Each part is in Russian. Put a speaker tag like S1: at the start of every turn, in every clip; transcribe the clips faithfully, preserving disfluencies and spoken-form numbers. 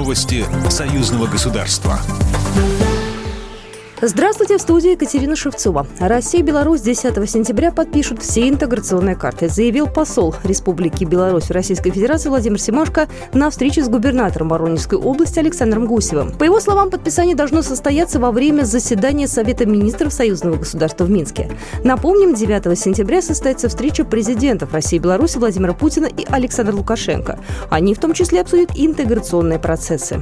S1: Новости союзного государства.
S2: Здравствуйте, в студии Екатерина Шевцова. Россия и Беларусь десятого сентября подпишут все интеграционные карты, заявил посол Республики Беларусь в Российской Федерации Владимир Семашко на встрече с губернатором Воронежской области Александром Гусевым. По его словам, подписание должно состояться во время заседания Совета министров союзного государства в Минске. Напомним, девятого сентября состоится встреча президентов России и Беларуси Владимира Путина и Александра Лукашенко. Они в том числе обсудят интеграционные процессы.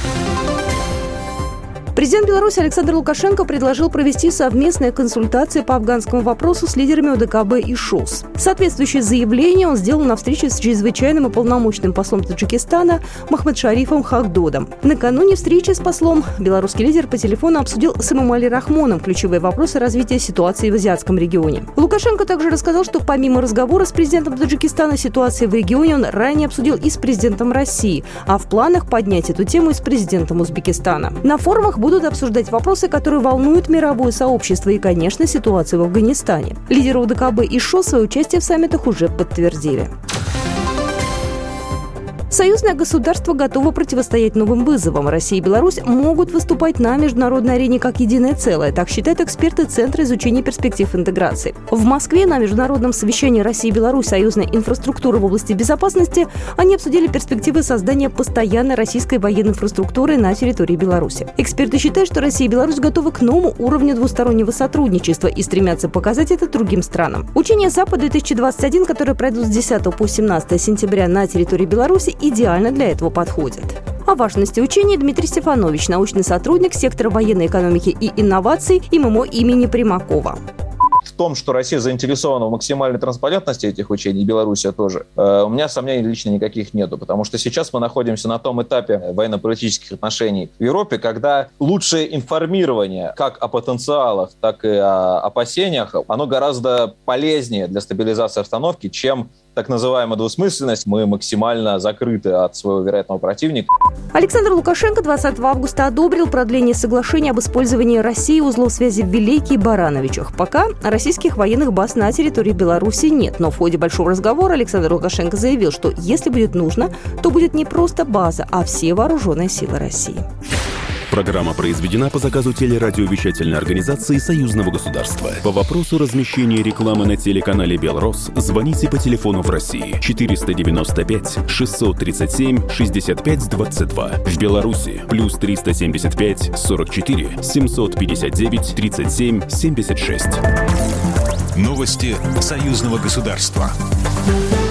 S2: Президент Беларуси Александр Лукашенко предложил провести совместные консультации по афганскому вопросу с лидерами ОДКБ и ШОС. Соответствующее заявление он сделал на встрече с чрезвычайным и полномочным послом Таджикистана Махмадшарифом Хахдодом. Накануне встречи с послом белорусский лидер по телефону обсудил с Эмомали Рахмоном ключевые вопросы развития ситуации в азиатском регионе. Лукашенко также рассказал, что помимо разговора с президентом Таджикистана ситуации в регионе он ранее обсудил и с президентом России, а в планах поднять эту тему и с президентом Узбекистана. На форумах будут обсуждать вопросы, которые волнуют мировое сообщество и, конечно, ситуацию в Афганистане. Лидеры ОДКБ и ШОС свое участие в саммитах уже подтвердили. Союзное государство готово противостоять новым вызовам. Россия и Беларусь могут выступать на международной арене как единое целое, так считают эксперты Центра изучения перспектив интеграции. В Москве на международном совещании России и Беларусь «Союзная инфраструктура в области безопасности» они обсудили перспективы создания постоянной российской военной инфраструктуры на территории Беларуси. Эксперты считают, что Россия и Беларусь готовы к новому уровню двустороннего сотрудничества и стремятся показать это другим странам. Учения Запад-две тысячи двадцать один, которые пройдут с десятого по семнадцатое сентября на территории Беларуси, идеально для этого подходят. О важности учений Дмитрий Стефанович, научный сотрудник сектора военной экономики и инноваций ММО имени Примакова.
S3: В том, что Россия заинтересована в максимальной транспарентности этих учений, и Белоруссия тоже, у меня сомнений лично никаких нету, потому что сейчас мы находимся на том этапе военно-политических отношений в Европе, когда лучшее информирование как о потенциалах, так и о опасениях, оно гораздо полезнее для стабилизации обстановки, чем так называемая двусмысленность. Мы максимально закрыты от своего вероятного противника.
S2: Александр Лукашенко двадцатого августа одобрил продление соглашения об использовании России узлов связи в Вилейке и Барановичах. Пока российских военных баз на территории Беларуси нет, но в ходе большого разговора Александр Лукашенко заявил, что если будет нужно, то будет не просто база, а все вооруженные силы России.
S1: Программа произведена по заказу телерадиовещательной организации Союзного государства. По вопросу размещения рекламы на телеканале «Белрос» звоните по телефону в России четыреста девяносто пять шестьсот тридцать семь шестьдесят пять двадцать два. В Беларуси плюс триста семьдесят пять сорок четыре семьсот пятьдесят девять тридцать семь семьдесят шесть. Новости союзного государства.